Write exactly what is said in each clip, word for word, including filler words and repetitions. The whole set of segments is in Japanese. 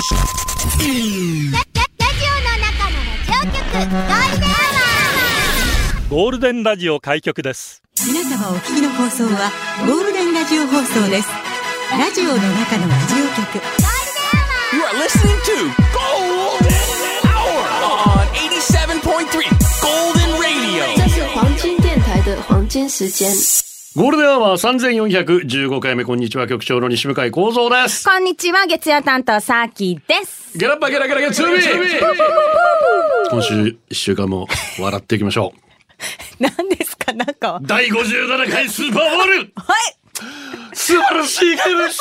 ゴールデンラジオ開局です。 皆様お聞きの放送はゴールデンラジオ放送です。ラジオの中のラジオ局 You are listening to Golden Hour on エイティセブンポイントスリー Golden Radio。 这是黄金電台的黄金時間。 ゴールデンアワーさんぜんよんひゃくじゅうごかいめ。こんにちは、局長の西向井光三です。 こんにちは、月曜担当さきです。 ゲラッパゲラゲラゲツービー。今週いっしゅうかんも笑っていきましょう。 何ですか、なんかだいごじゅうななかいスーパーボール。はい素晴らしいゲームでした。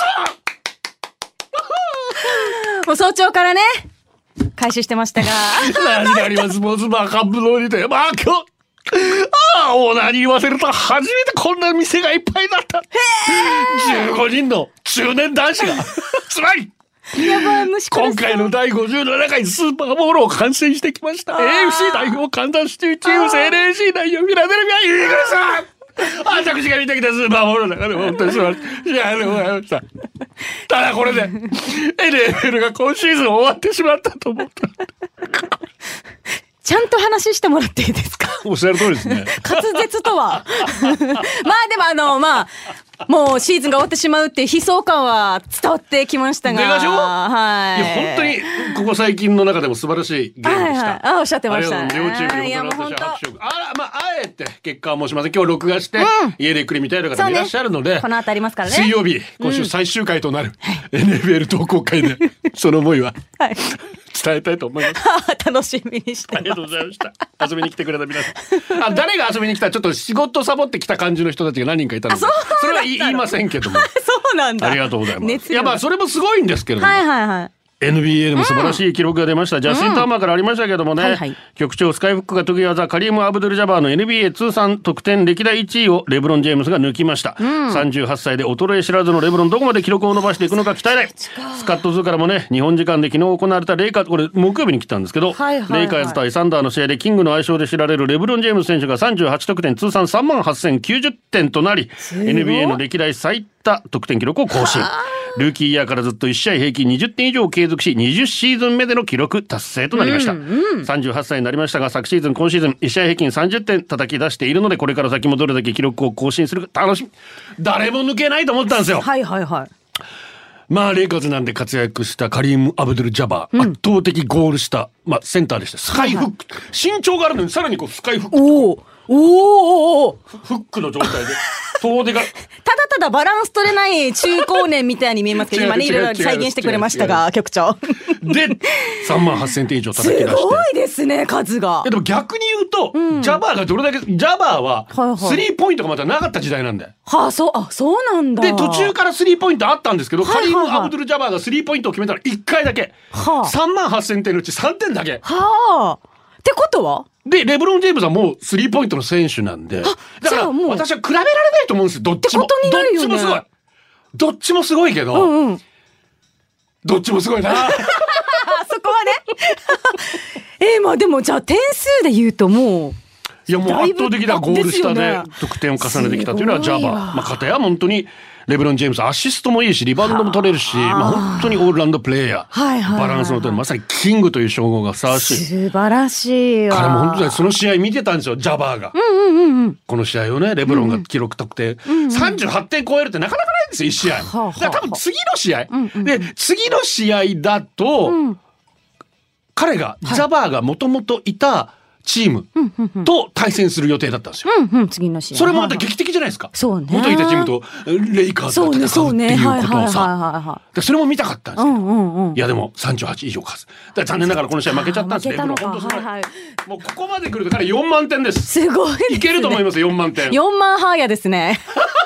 もう早朝からね開始してましたが何でありますスポーツバーカップ通りで、まあ今日ああオーナーに言わせると初めてこんな店がいっぱいだった。じゅうごにんの中年男子がつまりやばい虫今回のだいごじゅうななかいスーパーボールを観戦してきました。 エーエフシー 代表カンザスシティチームズ、 エヌエーシー 代表フィラデルフィアイーグルス。私が見てきたスーパーボールの中で本当に素晴らしい試合でございました。ただこれで エヌエフエル が今シーズン終わってしまったと思った。 ちゃんと話してもらっていいですか。 おっしゃる通りですね。 滑舌とはまあでもあのまあもうシーズンが終わってしまうっていう悲壮感は伝わってきましたが、 出ましょう。 はい。 いや本当にここ最近の中でも素晴らしいゲームでした。はいはい、 あおっしゃってました。 あれ両チームに大人として拍手を。あらまああえて結果は申しません。今日録画して、うん、家でゆっくり見たい方もいらっしゃるので、 ね、この後ありますからね。 水曜日今週最終回となる、うん、エヌエフエル 同好会でその思いは、はい、伝えたいと思います。 楽しみにしてます。 ありがとうございました。遊びに来てくれた皆さん。あ誰が遊びに来たちょっと仕事サボってきた感じの人たちが何人かいたので、それは言いませんけど。 そうなんだ。 ありがとうございます。いやまあそれもすごいんですけれども、 はいはいはい、 エヌビーエー でも素晴らしい記録が出ました、うん、ジャスティン・ターマーからありましたけどもね、うんはいはい、局長スカイフックが得意技カリーム・アブドゥル・ジャバーの エヌビーエー 通算得点歴代いちいをレブロン・ジェームスが抜きました、うん、さんじゅうはっさいで衰え知らずのレブロン、どこまで記録を伸ばしていくのか期待大。スカットズからもね、日本時間で昨日行われたレイカーズ、これ木曜日に来たんですけど、はいはいはい、レイカーズ対サンダーの試合でキングの愛称で知られるレブロン・ジェームス選手がさんじゅうはち得点通算 さんまんはっせんきゅうじゅってんとなり エヌビーエー の歴代最多得点記録を更新。ルーキーイヤーからずっといち試合平均にじゅってん以上を継続しにじゅうシーズン目での記録達成となりました、うんうん、さんじゅうはっさいになりましたが昨シーズン今シーズンいち試合平均さんじゅってん叩き出しているので、これから先もどれだけ記録を更新するか楽しみ。誰も抜けないと思ったんですよ。 はいはいはい。 まあレイカーズなんで活躍したカリーム・アブドゥル・ジャバー、うん、圧倒的ゴールした、まあ、センターでした。スカイフック、はいはい、身長があるのにさらにこうスカイフックおーおーフックの状態で遠出がただただバランス取れない中高年みたいに見えますけど今ねいろいろ再現してくれましたが局長でさんまんはっせんてん以上叩き出してすごいですね数が。 でも逆に言うと、うん、ジャバーがどれだけジャバーはスリーポイントがまたなかった時代なんだよ。 はあそうあそうなんだ。 で途中からスリーポイントあったんですけど、はいはいはい、カリーム・アブドゥル・ジャバーがスリーポイントを決めたらいっかいだけ、はあ、さんまんはっせんてんのうちさんてんだけ。 はあってことはでレブロン・ジェームズはもうスリーポイントの選手なんで、だから私は比べられないと思うんですよ。どっちもってことになるよね。 どっちもすごいどっちもすごいけど、うんうん、どっちもすごいなそこはねえー、まあでもじゃあ点数で言うともういやもう圧倒的なゴール下で得点を重ねてきたというのはジャバー、まあ、片や本当にレブロン・ジェームズアシストもいいしリバウンドも取れるし、まあ、本当にオールラウンドプレーヤー、はいはいはい、バランスの取るまさにキングという称号がふさわしい。 素晴らしいわ。 彼も本当にその試合見てたんですよジャバーが、うんうんうんうん、この試合をねレブロンが記録得点、うんうん、さんじゅうはってん超えるってなかなかないんですよいち試合、はあはあ、だから多分次の試合、うんうん、で次の試合だと、うん、彼が、はい、ジャバーがもともといたチームと対戦する予定だったんですよ、うんうん、 次の試合それもまた劇的じゃないですか。 そうね、 元いたチームとレイカーズが戦うっていうことをさ、それも見たかったんですけど、うんうんうん、いやでもさんじゅうはち以上数だ残念ながらこの試合負けちゃったんですね。本当すごい、はいはい、もうここまで来ると彼よんまんてんです。 すごいですね。 いけると思いますよんまんてん。 よんまんハーヤですね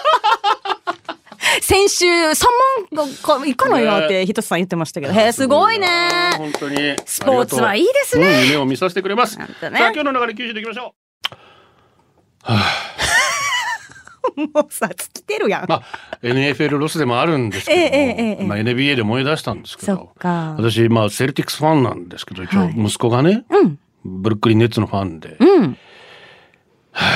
先週さんまんがいかないなってひとつさん言ってましたけど、へえすごいね。 本当にスポーツはいいですね、 うん、夢を見させてくれます、ね、さあ今日の流れ九州でいきましょう。はあ、 もうさ尽きてるやん、 まあ、エヌエフエル ロスでもあるんですけども、ええええまあ、エヌビーエー で思い出したんですけど、そっか私、まあ、セルティックスファンなんですけど一応息子がね、はいうん、ブルックリンネッツのファンで、うんはあ、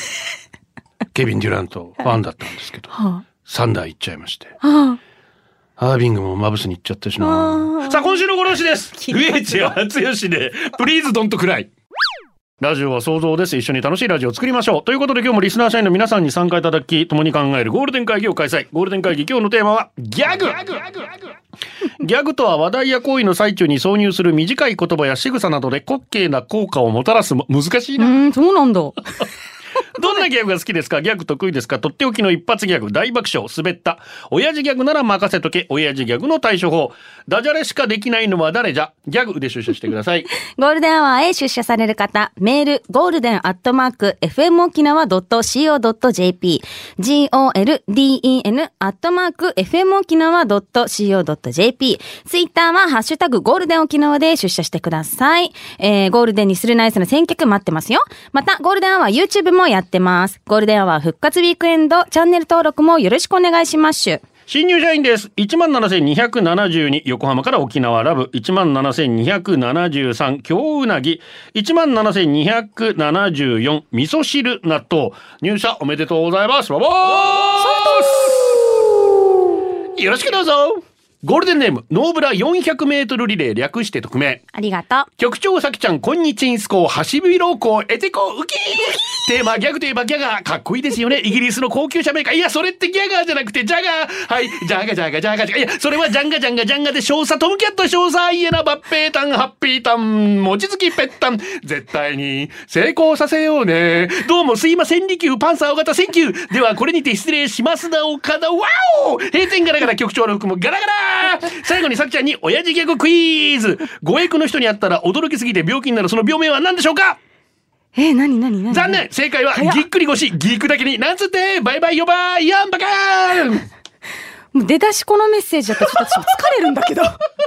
ケビン・デュラントファンだったんですけど、はあ、サンダー行っちゃいまして、はあ、 アービングもマブスに行っちゃったしな。さあ今週のごろしです。上地敦義でプリーズドントクライ。ラジオは想像です。一緒に楽しいラジオを作りましょう。ということで今日もリスナー社員の皆さんに参加いただき共に考えるゴールデン会議を開催。ゴールデン会議今日のテーマはギャグ。ギャグとは話題や行為の最中に挿入する短い言葉や仕草などで滑稽な効果をもたらす。難しいな。 うん、そうなんだ。 どんなギャグが好きですか？ギャグ得意ですか？とっておきの一発ギャグ、大爆笑、滑った。親父ギャグなら任せとけ。親父ギャグの対処法。ダジャレしかできないのは誰じゃ？ギャグで出社してください。 ゴールデンアワーへ出社される方、メール、ゴールデンアットマーク、エフエム 沖縄 ドットシーオー ドット ジェーピー、ゴールデン アットマーク、エフエム 沖縄 ドットシーオー ドット ジェーピー、ツイッターはハッシュタグゴールデン沖縄で出社してください。えー、ゴールデンにするナイスの選曲待ってますよ。また、ゴールデンアワー YouTube もやってます。ゴールデンアワー復活ウィークエンドチャンネル登録もよろしくお願いします。 新入社員です。いちまんななせんにひゃくななじゅうに横浜から沖縄ラブ、いちまんななせんにひゃくななじゅうさん京うなぎ、いちまんななせんにひゃくななじゅうよん味噌汁納豆。入社おめでとうございます。ババーよろしくどうぞ。ゴールデンネームノーブラよんひゃくメートルリレー略して匿名。 ありがとう。 局長さきちゃんこんにちんすこはしびろこえてこウキー。テーマギャグといえばギャガー、かっこいいですよね。イギリスの高級車メーカー。いやそれってギャガーじゃなくてジャガー。はい、ジャガジャガジャガジャガ。いやそれはジャンガジャンガジャンガで少佐トムキャット少佐イエナバッペータンハッピータン餅つきペッタン。絶対に成功させようね。どうもすいません利休パンサー尾形センキュー。ではこれにて失礼しますな岡田。ワオ閉店ガラガラ局長の服もガラガラ。最後にさきちゃんに親父ギャグクイズ。ごえくの人に会ったら驚きすぎて病気になるその病名は何でしょうか？ えー、なになになに？ 残念、正解はぎっくり腰。ギークだけになんつってバイバイヨバイヤンバカーン。 もう出だしこのメッセージだとちょっと疲れるんだけど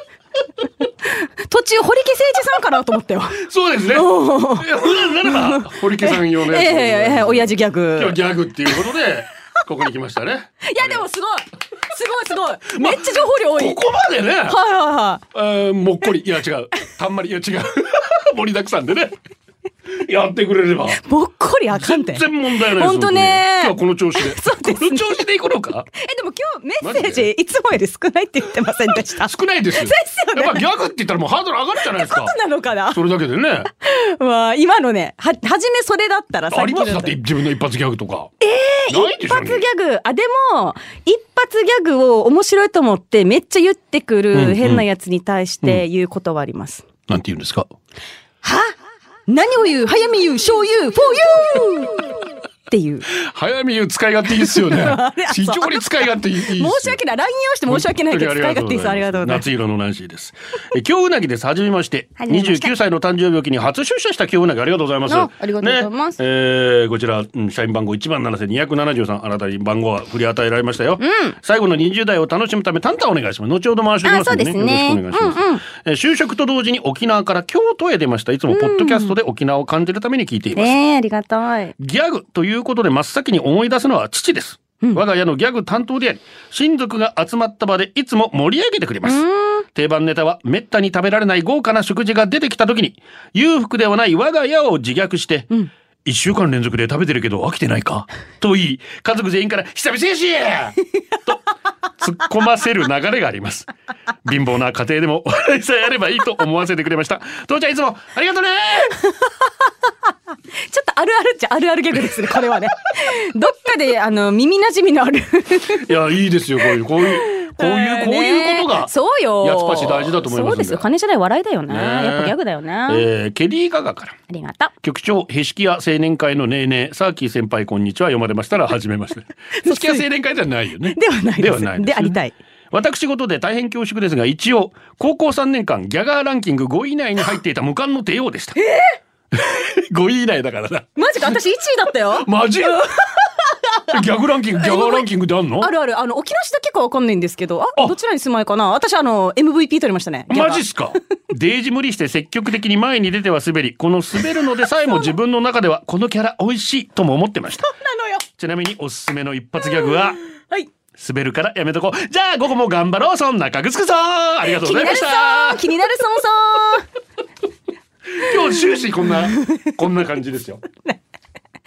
途中堀家誠二さんかなと思ったよ。 そうですね。ならば堀家さん用のやつ、ね、 えー、えー、親父ギャグ。 今日ギャグっていうことでここに来ましたね。 いやでもすごいすごいすごい、めっちゃ情報量多い。 ここまでね。はいはいはい。 えー、もっこり、いや違う、たんまり、いや違う盛りだくさんでねやってくれればもっこりあかんて全然問題ないです。 本当ね。 今日はこの調子でそうです、ね、 この調子でいくのか。 えでも今日メッセージいつもより少ないって言ってませんでした？ 少ないですよ。 ですよね。 やっぱギャグって言ったらもうハードル上がるじゃないですか。 そうなのかな。 それだけでねまあ今のね、は初めそれだったらあります。だって自分の一発ギャグとか。 えー、一発ギャグ。あでも一発ギャグを面白いと思ってめっちゃ言ってくる変なやつに対して言うことはあります。 うんうん、なんて言うんですか？ は何を言う、早め言う、醤油 for you っていう。 早め言う使い勝手いいっすよね。非常に使い勝手いい。申し訳ない。ライン用して申し訳ないけど使い勝手いいです。ありがとうございます。 夏色のナンシーです。え今日うなぎです。はじめまして。にじゅうきゅうさいの誕生日を機に初出社した今日うなぎありがとうございます。 ありがとうございます。 ね、えー、こちら、うん、社員番号いちまんななせんにひゃくななじゅうさん、あなたに番号は振り与えられましたよ。うん、最後のにじゅう代を楽しむためタンタンお願いします。後ほど回しておきますのでね。 そうですね。 よろしくお願いします。うんうん、えー、就職と同時に沖縄から京都へ出ました。いつもポッドキャストで沖縄を感じるために聞いています。 ね、ありがたい。 ギャグということで真っ先に思い出すのは父です、うん、我が家のギャグ担当であり親族が集まった場でいつも盛り上げてくれます。定番ネタはめったに食べられない豪華な食事が出てきた時に裕福ではない我が家を自虐して、うん、いっしゅうかん連続で食べてるけど飽きてないかと言い家族全員から久々やしと突っ込ませる流れがあります。貧乏な家庭でも笑いさえあればいいと思わせてくれました。父ちゃんいつもありがとうねちょっとあるあるっちゃあるあるギャグですねこれはねどっかであの耳なじみのあるいやいいですよこういうこういうこういうこういうことがそうよやつぱし大事だと思いますんで。 そうですよ。金じゃない笑いだよね。やっぱギャグだよね。 えー、ケリーガガからありがとう。 局長へしきや青年会のねえねえサーキー先輩こんにちは読まれましたらはじめましてへしきや青年会ではないよね。 ではないです。 ではないです、ね、 でありたい。 私事で大変恐縮ですが一応高校さんねんかんギャガーランキングごい以内に入っていた無冠の帝王でした。えー、ごい以内だからな。 マジか。私いちいだったよ。 マジギャグランキングギャガーランキングであんの？ あるある。あの沖縄市だけかわかんないんですけど、あどちらに住まいかな。私あの エムブイピー 取りましたね。 マジっすか。デージ無理して積極的に前に出ては滑り、この滑るのでさえも自分の中ではこのキャラ美味しいとも思ってました。 そうなのよ。 ちなみにおすすめの一発ギャグははい滑るからやめとこう。じゃあ午後も頑張ろう。そんなかぐつくぞー。ありがとうございました。 気になるそんそん今日終始こんなこんな感じですよ。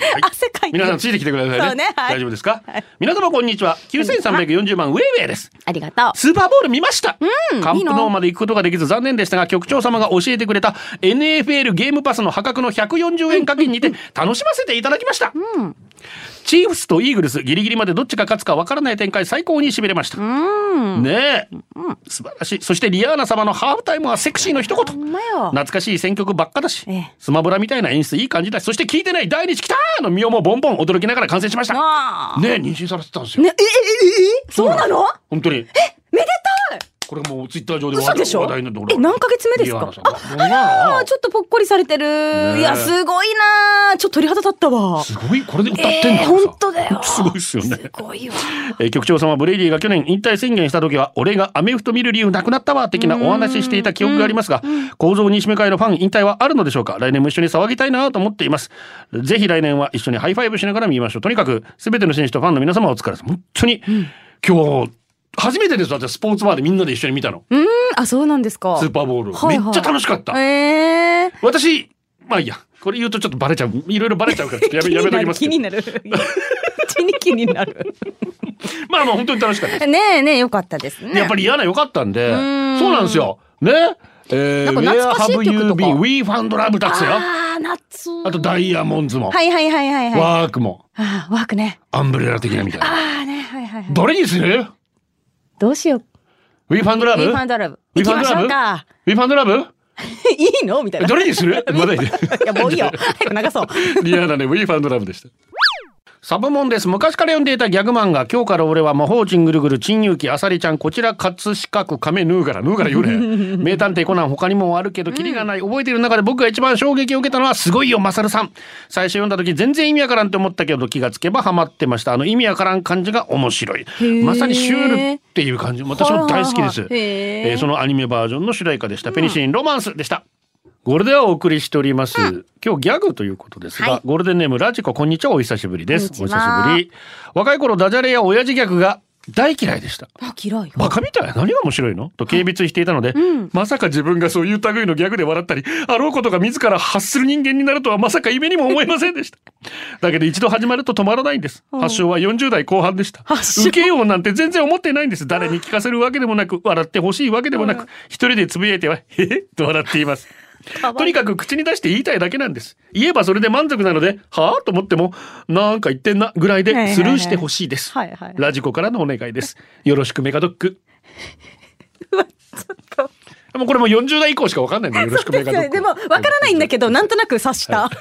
はい、 汗かいて皆さんついてきてくださいね。 そうね、はい、 大丈夫ですか、はい、皆様こんにちは。きゅうせんさんびゃくよんじゅうまんウェイウェイです。 ありがとう。 スーパーボール見ました、 うん、 カンプノーまで行くことができず残念でしたが、局長様が教えてくれた エヌエフエル ゲームパスの破格のひゃくよんじゅうえん課金にて楽しませていただきました、うん、チーフスとイーグルスギリギリまでどっちが勝つかわからない展開、最高に痺れました、うん、ねえ、うん、素晴らしい。そしてリアーナ様のハーフタイムはセクシーの一言、懐かしい選曲ばっかだし、ええ、スマブラみたいな演出いい感じだし、そして聞いてない第二次来たーの身をもボンボン驚きながら完成しました。ねえ、妊娠されてたんですよ、ね、ええええそうなの？本当に。え、めでたい。これもうツイッター上で話題になって、え、何ヶ月目ですか？あ、あら、ちょっとぽっこりされてる、ね、いやすごいな、ちょっと鳥肌立ったわ。すごい、これで歌ってんだからさ、本当だよ、すごいっすよね。すごいわ。えー、局長様、ブレイディが去年引退宣言した時は俺がアメフト見る理由なくなったわ的なお話ししていた記憶がありますが、構造西目会のファン引退はあるのでしょうか？来年も一緒に騒ぎたいなと思っています。ぜひ来年は一緒にハイファイブしながら見ましょう。とにかく全ての選手とファンの皆様お疲れ様。本当に、うん、今日初めてです。だってスポーツバーでみんなで一緒に見たの。うん、あ、そうなんですか。スーパーボール、はいはい、めっちゃ楽しかった。えー、私、まあいいや、これ言うとちょっとバレちゃう、いろいろバレちゃうからちょっとやめやめときますけど。気になる。気に気になる。まあまあ本当に楽しかったです。ねえねえ、よかったですね。やっぱり嫌な良かったんで、うんそうなんですよ。ね。えー、なんか懐かしい曲とか。We Found Love だっつよ。ああ、夏。あとダイヤモンズも。はいはいはいはいはい。ワークも。ああ、ワークね。アンブレラ的なみたいな。ああね、はいはいはい。どれにする？どうしよう。We Found Love? We Found Love。行きましょうか。We Found Love? いいのみたいな。どれにする？まだいい。いやもういいよ。早く流そう。リアなね、We Found Love でした。サブモンです。昔から読んでいたギャグ漫画、今日から俺は魔法陣ぐるぐる珍遊記あさりちゃん、こちら葛飾区亀ヌーガラヌーガラ言うね。名探偵コナン他にもあるけどキリがない、覚えている中で僕が一番衝撃を受けたのはすごいよマサルさん。最初読んだ時全然意味わからんって思ったけど気がつけばハマってました。あの意味わからん感じが面白い、まさにシュールっていう感じ、私も大好きです。えー、そのアニメバージョンの主題歌でした。ペニシリンロマンスでした。ゴールデンはお送りしております、うん、今日ギャグということですが、はい、ゴールデンネームラジコ、こんにちは、お久しぶりです。お久しぶり。若い頃ダジャレや親父ギャグが大嫌いでした。あ、嫌い。バカみたい、何が面白いのと軽蔑していたので、うん、まさか自分がそういう類のギャグで笑ったり、あろうことが自ら発する人間になるとはまさか夢にも思いませんでした。だけど一度始まると止まらないんです。発症はよんじゅう代後半でした。受けようなんて全然思ってないんです。誰に聞かせるわけでもなく、笑ってほしいわけでもなく、一人でつぶやいてはへへと笑っています。とにかく口に出して言いたいだけなんです。言えばそれで満足なので、はぁと思ってもなんか言ってんなぐらいでスルーしてほしいです、はいはいはい、ラジコからのお願いです。よろしくメガドッグ。うわ、ちょっともうこれもよんじゅう代以降しか分かんないんで、よろしくメガドッグ。でも分からないんだけど、なんとなく察した、はい、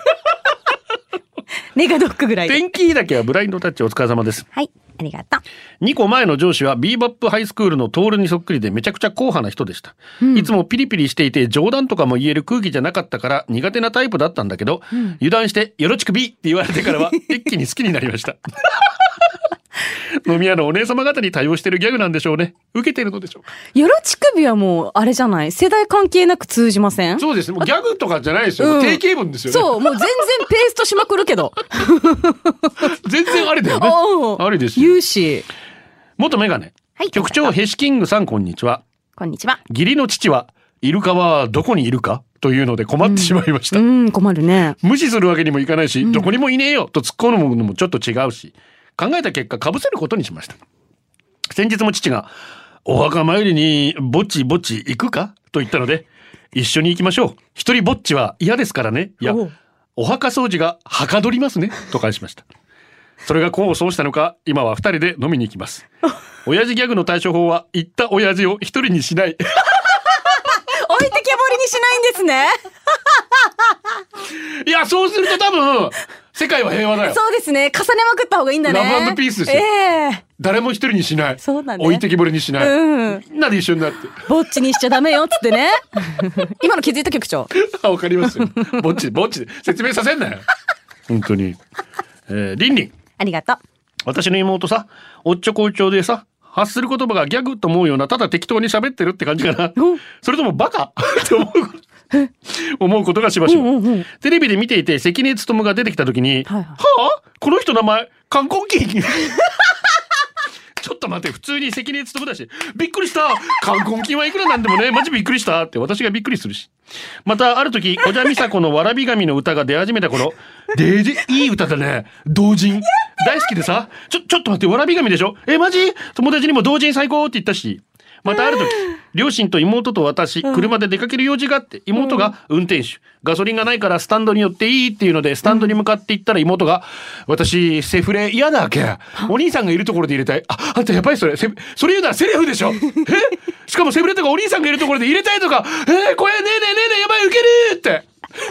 メガドッグぐらいで。天気だけはブラインドタッチお疲れ様です。はい、ありがとう。にこまえの上司はビーバップハイスクールのトールにそっくりでめちゃくちゃ硬派な人でした、うん、いつもピリピリしていて冗談とかも言える空気じゃなかったから苦手なタイプだったんだけど、うん、油断してよろちくびって言われてからは一気に好きになりました飲み屋のお姉様方に対応してるギャグなんでしょうね。受けてるのでしょうか。よろちくびはもうあれじゃない、世代関係なく通じません？そうですね、もうギャグとかじゃないですよ、うん、定型文ですよね。そう、もう全然ペーストしまくるけど全然ありだよね。ありですよ。言うし。元メガネ、はい、局長ヘシキングさん、こんにちは。こんにちは。義理の父はイルカはどこにいるかというので困ってしまいました、うんうん、困るね。無視するわけにもいかないし、うん、どこにもいねえよと突っ込むのもちょっと違うし、考えた結果かぶせることにしました。先日も父がお墓参りにぼちぼち行くかと言ったので、一緒に行きましょう、一人ぼっちは嫌ですからね、いや お, お墓掃除がはかどりますねと返しました。それが功を奏したのか、今は二人で飲みに行きます。親父ギャグの対処法は言った親父を一人にしない置いてけぼりにしないんですねいや、そうすると多分世界は平和だよ。そうですね、重ねまくった方がいいんだね。ラブ&ピースですよ、えー、誰も一人にしない。そうだね、置いてけぼりにしない、うん、みんなで一緒になってぼっちにしちゃダメよっつってね今の気づいた局長わかりますよぼっちぼっちで説明させんなよ本当に、えー、リンリンありがとう。私の妹さ、おっちょこいちょでさ、発する言葉がギャグと思うような、ただ適当に喋ってるって感じかなそれともバカって思う思うことがしばしば、うんうんうん、テレビで見ていて関根勤が出てきた時に、はいはい、はあこの人名前カンコンキンちょっと待て普通に関根勤だしびっくりした冠婚金はいくらなんでもねマジびっくりしたって私がびっくりするしまたある時小蛇美佐子のわらび神の歌が出始めた頃デージいい歌だね同人大好きでさちょちょっと待ってわらび神でしょえマジ友達にも同人最高って言ったしまたある時両親と妹と私車で出かける用事があって妹が運転手ガソリンがないからスタンドに寄っていいっていうのでスタンドに向かって行ったら妹が私セフレ嫌だっけお兄さんがいるところで入れたいああんたやばいそれセそれ言うならセリフでしょえしかもセフレとかお兄さんがいるところで入れたいとかえー、これねえねえねえねえやばいウケるって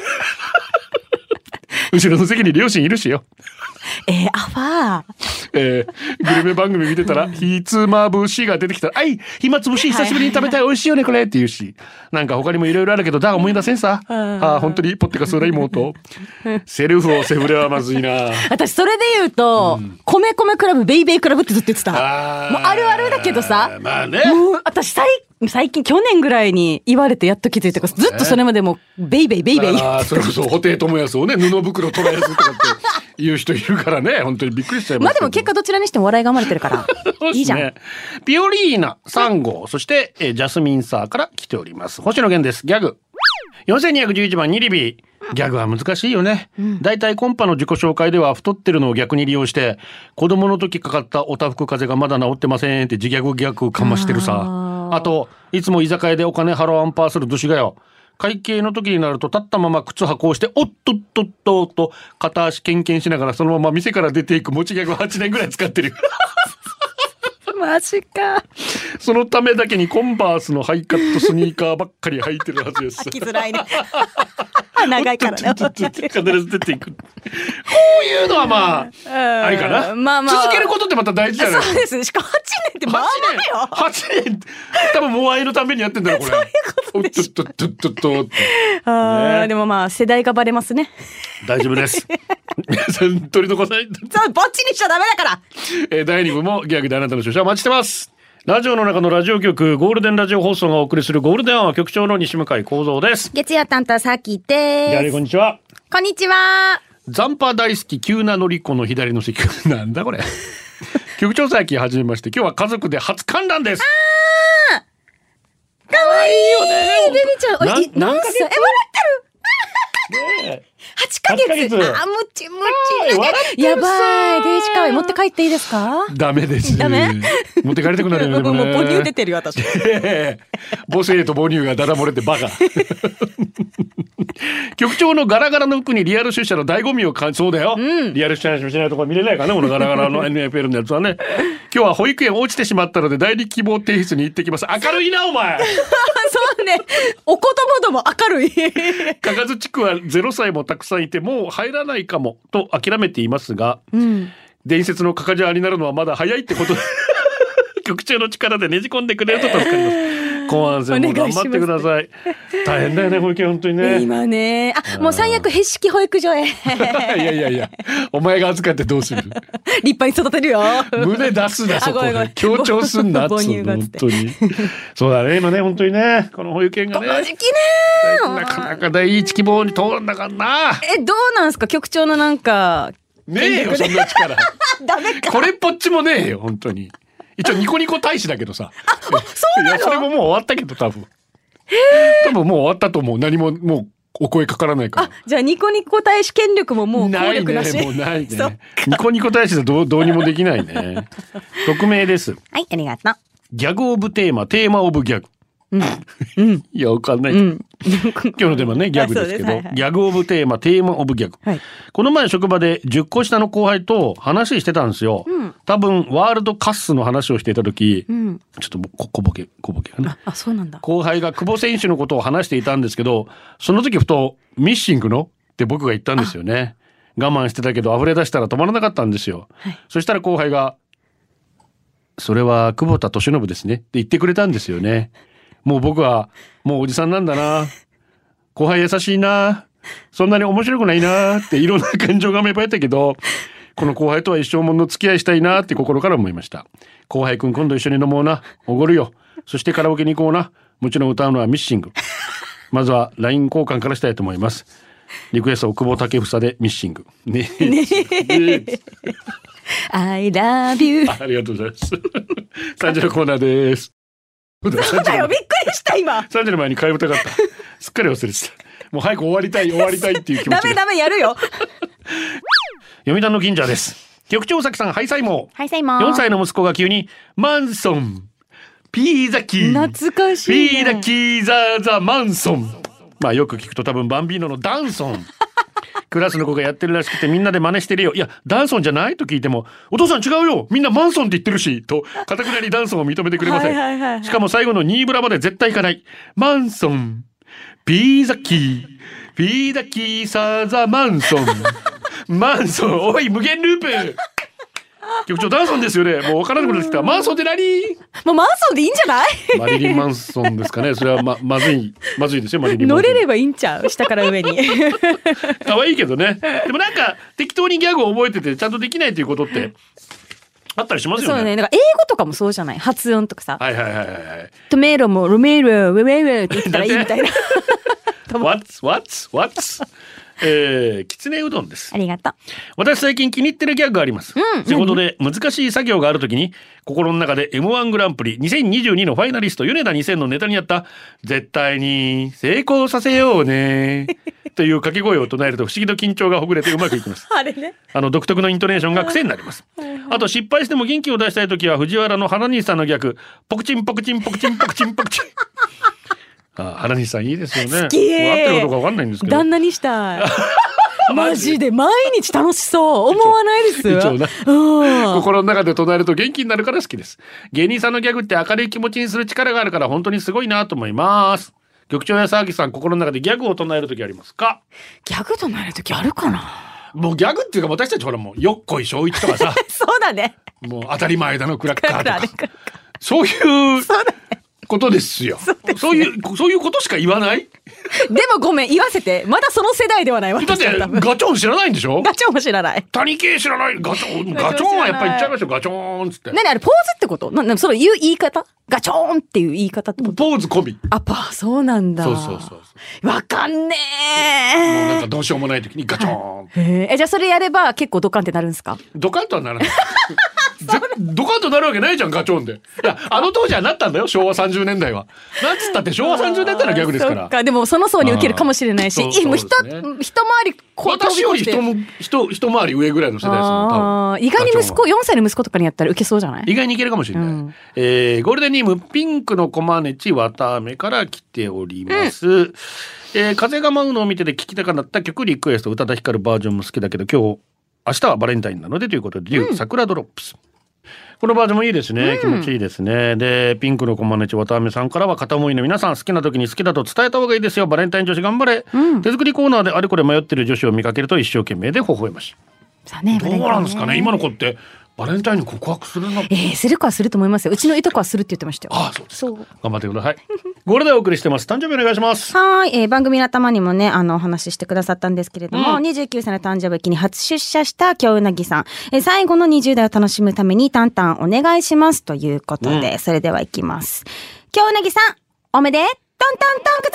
後ろの席に両親いるしよえー、アファー。 えー、グルメ番組見てたらひつまぶしが出てきたら「あい暇つぶし久しぶりに食べたい美味しいよねこれ」って言うしなんか他にもいろいろあるけどだ思い出せんさああ本当にポッテカスーラ妹セルフをセフレはまずいな私それで言うと、うん、米米クラブベイベイクラブってずっと言ってたあもうあるあるだけどさまあねもう私最最近去年ぐらいに言われてやっと気づいてずっとそれまでもベイベイベイベイあそれこそ布袋寅泰をね布袋寅泰とかって言う人いるからね本当にびっくりしちゃいますまあでも結果どちらにしても笑いが生まれてるからいいじゃん、ね、 ピオリーナさん号そしてえジャスミンサーから来ております星野源ですギャグよんせんにひゃくじゅういちばんニリビーギャグは難しいよね、うん、だいたいコンパの自己紹介では太ってるのを逆に利用して子供の時かかったおたふく風邪がまだ治ってませんって自ギャグギャグかましてるさ あ, あといつも居酒屋でお金払わんぱーする女子がよ会計の時になると立ったまま靴履こうしておっとっとっとっと片足ケンケンしながらそのまま店から出ていく持ちギャグはちねんぐらい使ってるマジかそのためだけにコンバースのハイカットスニーカーばっかり履いてるはずです履きづらいね長いからね必ず出ていくこういうのはまあありかな、まあまあ、続けることってまた大事じゃない。 そうですしかもはちねんってまあまあよはちねん多分もう愛のためにやってんだよこれそういうことでしょ。おっとっとっとっとっとあ、ね、でもまあ世代がバレますね。 大丈夫です皆さん取り残さないそうぼっちにしちゃダメだから、 えー、だいに部もギャグであなたの出社お待ちしてます。ラジオの中のラジオ局ゴールデンラジオ放送がお送りするゴールデンアワー局長の西向井光三です。 月曜担当さきです。 やはりこんにちは。 こんにちは。 残波大好き急な乗り子の左の席なんだこれ局長さきはじめまして今日は家族で初観覧です。 あーかわいいよねベビちゃんおい何歳え笑ってるねえはちかげつ、はちかげつあむちむちやばいデイジかわい持って帰っていいですか。 ダメですダメ持って帰りたくなるよねもう母乳出てるよ私母性と母乳がダダ漏れてバカ局長のガラガラの服にリアル出社の醍醐味を感じそうだよ、うん、リアル出社しないところ見れないからねこのガラガラの エヌエフエル のやつはね今日は保育園落ちてしまったので代理希望提出に行ってきます。明るいなお前そうねお子供ども明るいかかず地区はゼロさいもたくさんいてもう入らないかもと諦めていますが、うん、伝説のカカジャーになるのはまだ早いってこと局長の力でねじ込んでくれると助かります。後半戦も頑張ってください。大変だよね保育園本当にね今ねあもう最悪へしき保育所へいやいやいやお前が預かってどうする立派に育てるよ胸出すなそこ強調すんなっつうの本当にそうだね今ね本当にねこの保育園がねこの時期ねなかなか第一希望に通るんだからな。 えどうなんすか局長のなんかねえよそんな力ダメかこれっぽっちもねえよ本当に一応ニコニコ大使だけどさあそうなの。 いやそれももう終わったけど多分多分もう終わったと思う。何ももうお声かからないから。 あじゃあニコニコ大使権力ももう効力なし。 ないねもうないねニコニコ大使だとどう、どうにもできないね匿名です。 はいありがとう。 ギャグオブテーマテーマオブギャグうんうん、いやわかんない、うん、今日のテーマねギャグですけどはいはい、ギャグオブテーマテーマオブギャグ、はい、この前職場でじゅっこ下の後輩と話してたんですよ、うん、多分ワールドカッスの話をしていた時、うん、ちょっと小ボケ小ボケがねあ, あそうなんだ。 後輩が久保選手のことを話していたんですけどその時ふとミッシングのって僕が言ったんですよね。我慢してたけど溢れ出したら止まらなかったんですよ、はい、そしたら後輩がそれは久保田利伸ですねって言ってくれたんですよね。もう僕はもうおじさんなんだな後輩優しいなそんなに面白くないなっていろんな感情が芽生えたけどこの後輩とは一生もの付き合いしたいなって心から思いました。後輩くん今度一緒に飲もうなおごるよそしてカラオケに行こうなもちろん歌うのはミッシングまずは ライン 交換からしたいと思います。 リクエストを久保建英でミッシングねえねえ I love you ありがとうございますさんじのコーナーですそうだよびっくりした今さんじの前に替え歌かったすっかり忘れてたもう早く終わりたい終わりたいっていう気持ちがダメダメやるよ読谷の銀座です局長崎さんハイサイモーはいさいもよんさいの息子が急にマンソンピーザキー懐かしい、ね、 ピーザキーザザマンソンまあよく聞くと多分バンビーノのダンソンクラスの子がやってるらしくてみんなで真似してるよいやダンソンじゃないと聞いてもお父さん違うよみんなマンソンって言ってるしとかたくなにダンソンを認めてくれません、はいはいはいはい、しかも最後のニーブラまで絶対行かないマンソンピーザキーピーザキーサザマンソンマンソンおい無限ループ局長ダンソンですよねもう分からなくなってきたマンソンって何もうマンソンでいいんじゃないマリリン・マンソンですかねそれは ま, まずいまずいですよマリリン・マンソン乗れればいいんちゃう下から上に可愛いけどねでもなんか適当にギャグを覚えててちゃんとできないということってあったりしますよねそうねなんか英語とかもそうじゃない発音とかさはいはいはいはいトメロもロメロウェウェウェって言ってたらいいみたいな What's What's What's えー、きつねうどんです。 ありがとう。 私最近気に入ってるギャグがあります、うん、仕事で難しい作業があるときに心の中で エムワン グランプリにせんにじゅうにのファイナリスト米田にせんのネタにあった絶対に成功させようねという掛け声を唱えると不思議と緊張がほぐれてうまくいきますあれねあの独特のイントネーションが癖になりますあと失敗しても元気を出したいときは藤原の花西さんのギャグポクチンポクチンポクチンポクチンポクチンあ花西さんいいですよね。 好き合ってることか分かんないんですけど旦那にしたいマジで毎日楽しそう思わないです一応な、うん、心の中で唱えると元気になるから好きです。芸人さんのギャグって明るい気持ちにする力があるから本当にすごいなと思います。局長や沢木さん心の中でギャグを唱える時ありますか？ ギャグ唱える時あるかな。 もうギャグっていうか私たちほらもうよっこい小一とかさそうだねもう当たり前だのクラッカーとかそういうそうだねことですよ。そうですね、そういうそういうことしか言わない。 でもごめん言わせてまだその世代ではないわ。 だってガチョン知らないんでしょ。 ガチョンも知らない。 谷系知らない。ガチョンガチョンはやっぱり言っちゃいましょう。ガチョンっつって。 何あれポーズってこと？ななその言う言い方？ガチョンっていう言い方ってこと？ ポーズ込み。 あパそうなんだ。 そうそうそうそうわかんねえ。 もうなんかどうしようもない時にガチョン。 へえじゃあそれやれば結構ドカンってなるんですか？ ドカンとはならない。ドカンとなるわけないじゃんガチョンで。いやあの当時はなったんだよ昭和さんじゅうねんだいは。なんつったって昭和さんじゅうねんだいのギャグですから。 そっかでもその層に受けるかもしれないし、 そうそうです人ね、 一回りこう私より一も一一回り上ぐらいの世代ですもん多分。 意外に息子よんさいの息子とかにやったら受けそうじゃない？ 意外にいけるかもしれない、うんえー、ゴールデンニームピンクのコマネチ綿あめから来ております、うんえー、風が舞うのを見てて聞きたくなった曲リクエスト宇多田ヒカルバージョンも好きだけど今日明日はバレンタインなのでということで、うん、桜ドロップスこのバージョンもいいですね、うん、気持ちいいですね。でピンクのコマネチ綿あめさんからは片思いの皆さん好きな時に好きだと伝えた方がいいですよバレンタイン女子頑張れ、うん、手作りコーナーであれこれ迷ってる女子を見かけると一生懸命で微笑ましい、ね、どうなんですかね今の子ってバレンタインに告白するの？ えー、するかはすると思いますよ。うちのいとこはするって言ってましたよ。 ああそうですそう頑張ってください。ゴールデンお送りしてます。誕生日お願いします。 はい、えー、番組の頭にもねあのお話ししてくださったんですけれども、うん、にじゅうきゅうさいの誕生日を機に初出社した京うなぎさん、えー、最後のにじゅう代を楽しむためにタンタンお願いしますということで、うん、それではいきます。京うなぎさんおめでとんとんとんか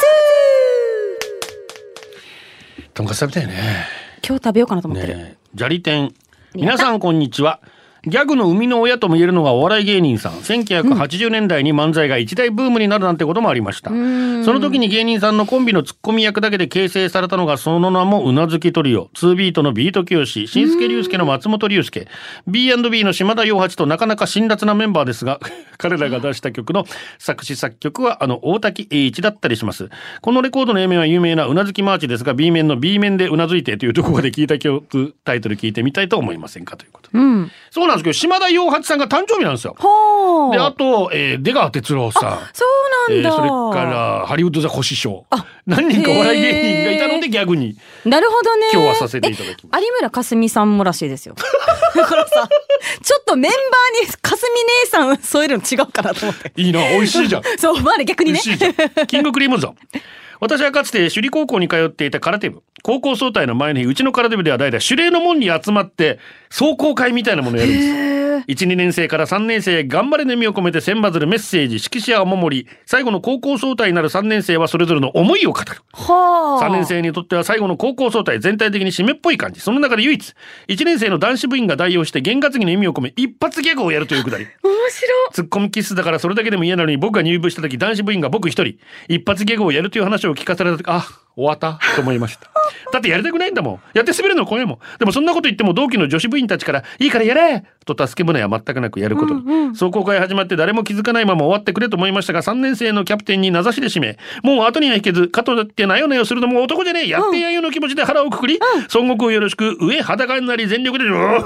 つとんかつ食べたいね。 今日食べようかなと思ってる、 ね、砂利店皆さんこんにちは。ギャグの生みの親とも言えるのがお笑い芸人さん。せんきゅうひゃくはちじゅうねんだいに漫才が一大ブームになるなんてこともありました。その時に芸人さんのコンビのツッコミ役だけで形成されたのがその名もうなずきトリオ。ツービートのビートきよし、新助竜介の松本龍介、ビーアンドビー の島田洋八となかなか辛辣なメンバーですが彼らが出した曲の作詞作曲はあの大滝栄一だったりします。このレコードの A 面は有名なうなずきマーチですが B 面の B 面でうなずいてというところで聞いた曲タイトル聞いてみたいと思いませんかということで、うん、そうなんですけど島田洋八さんが誕生日なんですよ。であと、えー、出川哲朗さんそうなんだ、 えー、それからハリウッドザコシショウ何人かお笑い芸人がいたのでギャグになるほどね今日はさせていただきます。 有村架純さんもらしいですよだからさちょっとメンバーに架純姉さん添えるの違うかなと思っていいな美味しいじゃんそうまあね逆にね美味しいじゃんキングクリームゾン私はかつて首里高校に通っていた空手部高校総体の前の日うちの空手部では代々守礼の門に集まって壮行会みたいなものをやるんです。 いち、にねん生からさんねん生へ頑張れの意味を込めて千羽鶴メッセージ色紙やお守り、最後の高校総体になるさんねん生はそれぞれの思いを語る。 はあ。 さんねん生にとっては最後の高校総体、全体的に締めっぽい感じ。その中で唯一いちねん生の男子部員が代表して験担ぎの意味を込め一発ギャグをやるというくだり。 面白い。 ツッコミキスだからそれだけでも嫌なのに、僕が入部した時男子部員が僕一人一発ギャグをやるという話を聞かされた時、あ、終わったと思いました。だってやりたくないんだもん。やって滑るの怖いもん。でもそんなこと言っても同期の女子部員たちからいいからやれと助け舟は全くなくやることに、うんうん、壮行会始まって誰も気づかないまま終わってくれと思いましたが、さんねん生のキャプテンに名指しで締め、もう後には引けず、かとってなよなよするのも男じゃねえ、やってやんよの気持ちで腹をくくり、うん、孫悟空よろしく上裸になり全力でうわはは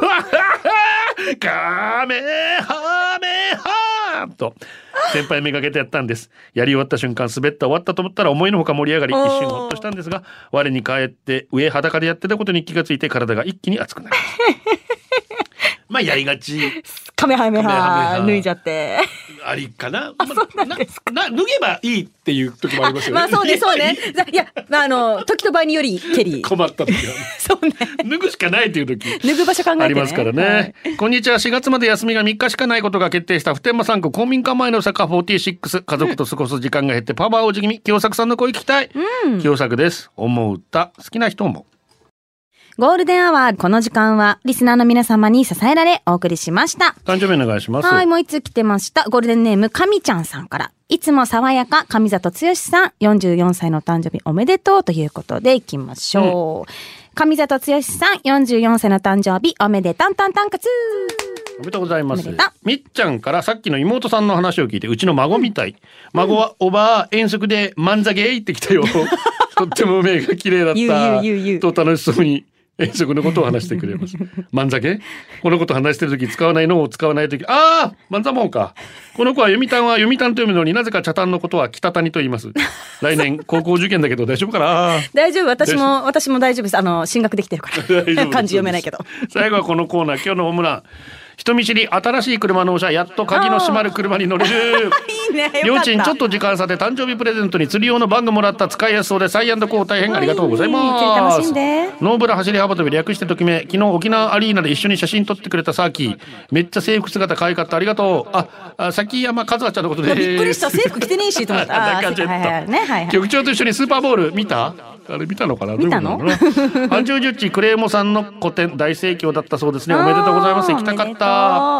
カメハメハと先輩めがけてやったんです。やり終わった瞬間滑った終わったと思ったら思いのほか盛り上がり、一瞬ほっとしたんですが、我に返って上裸でやってたことに気がついて体が一気に熱くなりますまあやりがちカメハメハ脱いじゃってありかな。 あ、そうなんですか。 なな脱げばいいっていう時もありますよね。 まあそうねそうねいや、まあ、あの時と場合によりケリー困った時は、ね、 そうね脱ぐしかないっていう時脱ぐ場所考えて、ね、 ありますからね、はい、こんにちは。しがつまで休みがみっかしかないことが決定した普天間さん区公民館前の坂フォーティーシックス、家族と過ごす時間が減ってパワー落ち気味、清作さんの声聞きたい、うん、清作です。思う歌好きな人もゴールデンアワー、この時間はリスナーの皆様に支えられお送りしました。 誕生日お願いします。 はい、もう一つ来てました。ゴールデンネームかみちゃんさんから、いつも爽やか上里剛さんよんじゅうよんさいの誕生日おめでとうということでいきましょう、うん、上里剛さんよんじゅうよんさいの誕生日おめでたんたんたんかつおめでとうございます。みっちゃんからさっきの妹さんの話を聞いて、うちの孫みたい、うん、孫はおばあ遠足で万座ゲイってきたよとっても目が綺麗だった言う言う言う言うと楽しそうに遠足のことを話してくれます。万酒このこと話してるとき使わないのを使わないとき、ああ万座もんか。この子は読谷は読谷と読むのになぜか茶谷のことは北谷と言います。来年高校受験だけど大丈夫かな。 大丈夫、私も私も大丈夫です。あの進学できてるから漢字読めないけど。 最後はこのコーナー、今日のホームラン。人見知り新しい車納車、やっと鍵の閉まる車に乗れるいいね、幼稚園ちょっと時間差で誕生日プレゼントに釣り用のバッグもらった。使いやすそうでサイアンドコー大変ありがとうございます。 楽しんで。 ノーブラ走り幅跳び略してときめ、昨日沖縄アリーナで一緒に写真撮ってくれたサーキー、めっちゃ制服姿可愛かった、ありがとう。ああ崎山和葉ちゃんのことでびっくりした、制服着てねえしと思った局長と一緒にスーパーボール見た、あれ見たのかな。 見たのアンジュジュッチクレーモさんの個展大盛況だったそうですね。おめでとうございます。行きたかった。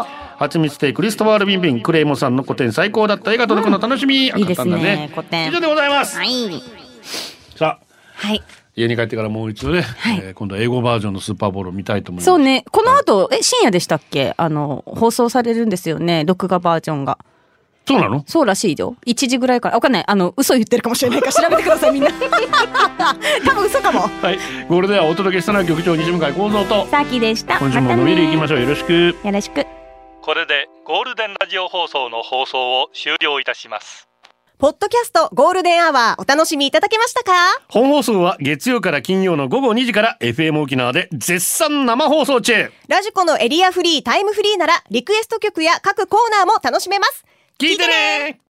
はちみつ亭クリストファールビンビンクレーモさんの個展最高だった。絵が届くの楽しみ、うん、 いいですね。個展以上でございます、 はい、 さあ、 はい、 家に帰ってからもう一度ね、はい、えー、今度は英語バージョンのスーパーボールを見たいと思います。 そうね、この後、はい、え深夜でしたっけ、あの放送されるんですよね、録画バージョンが。 そうなの？ そうらしいよ。いちじぐらいから。わかんない。あの、嘘言ってるかもしれないから調べてください、みんな。多分嘘かも。 はい。ゴールデンはお届けしたのは局長西向井光三と。 さあきでした。 今週ものびり行きましょう。よろしく。 よろしく。 これでゴールデンラジオ放送の放送を終了いたします。 ポッドキャストゴールデンアワーお楽しみいただけましたか？ 本放送は月曜から金曜の午後にじから エフエム 沖縄で絶賛生放送中。 ラジコのエリアフリータイムフリーならリクエスト曲や各コーナーも楽しめます。 聞いてね。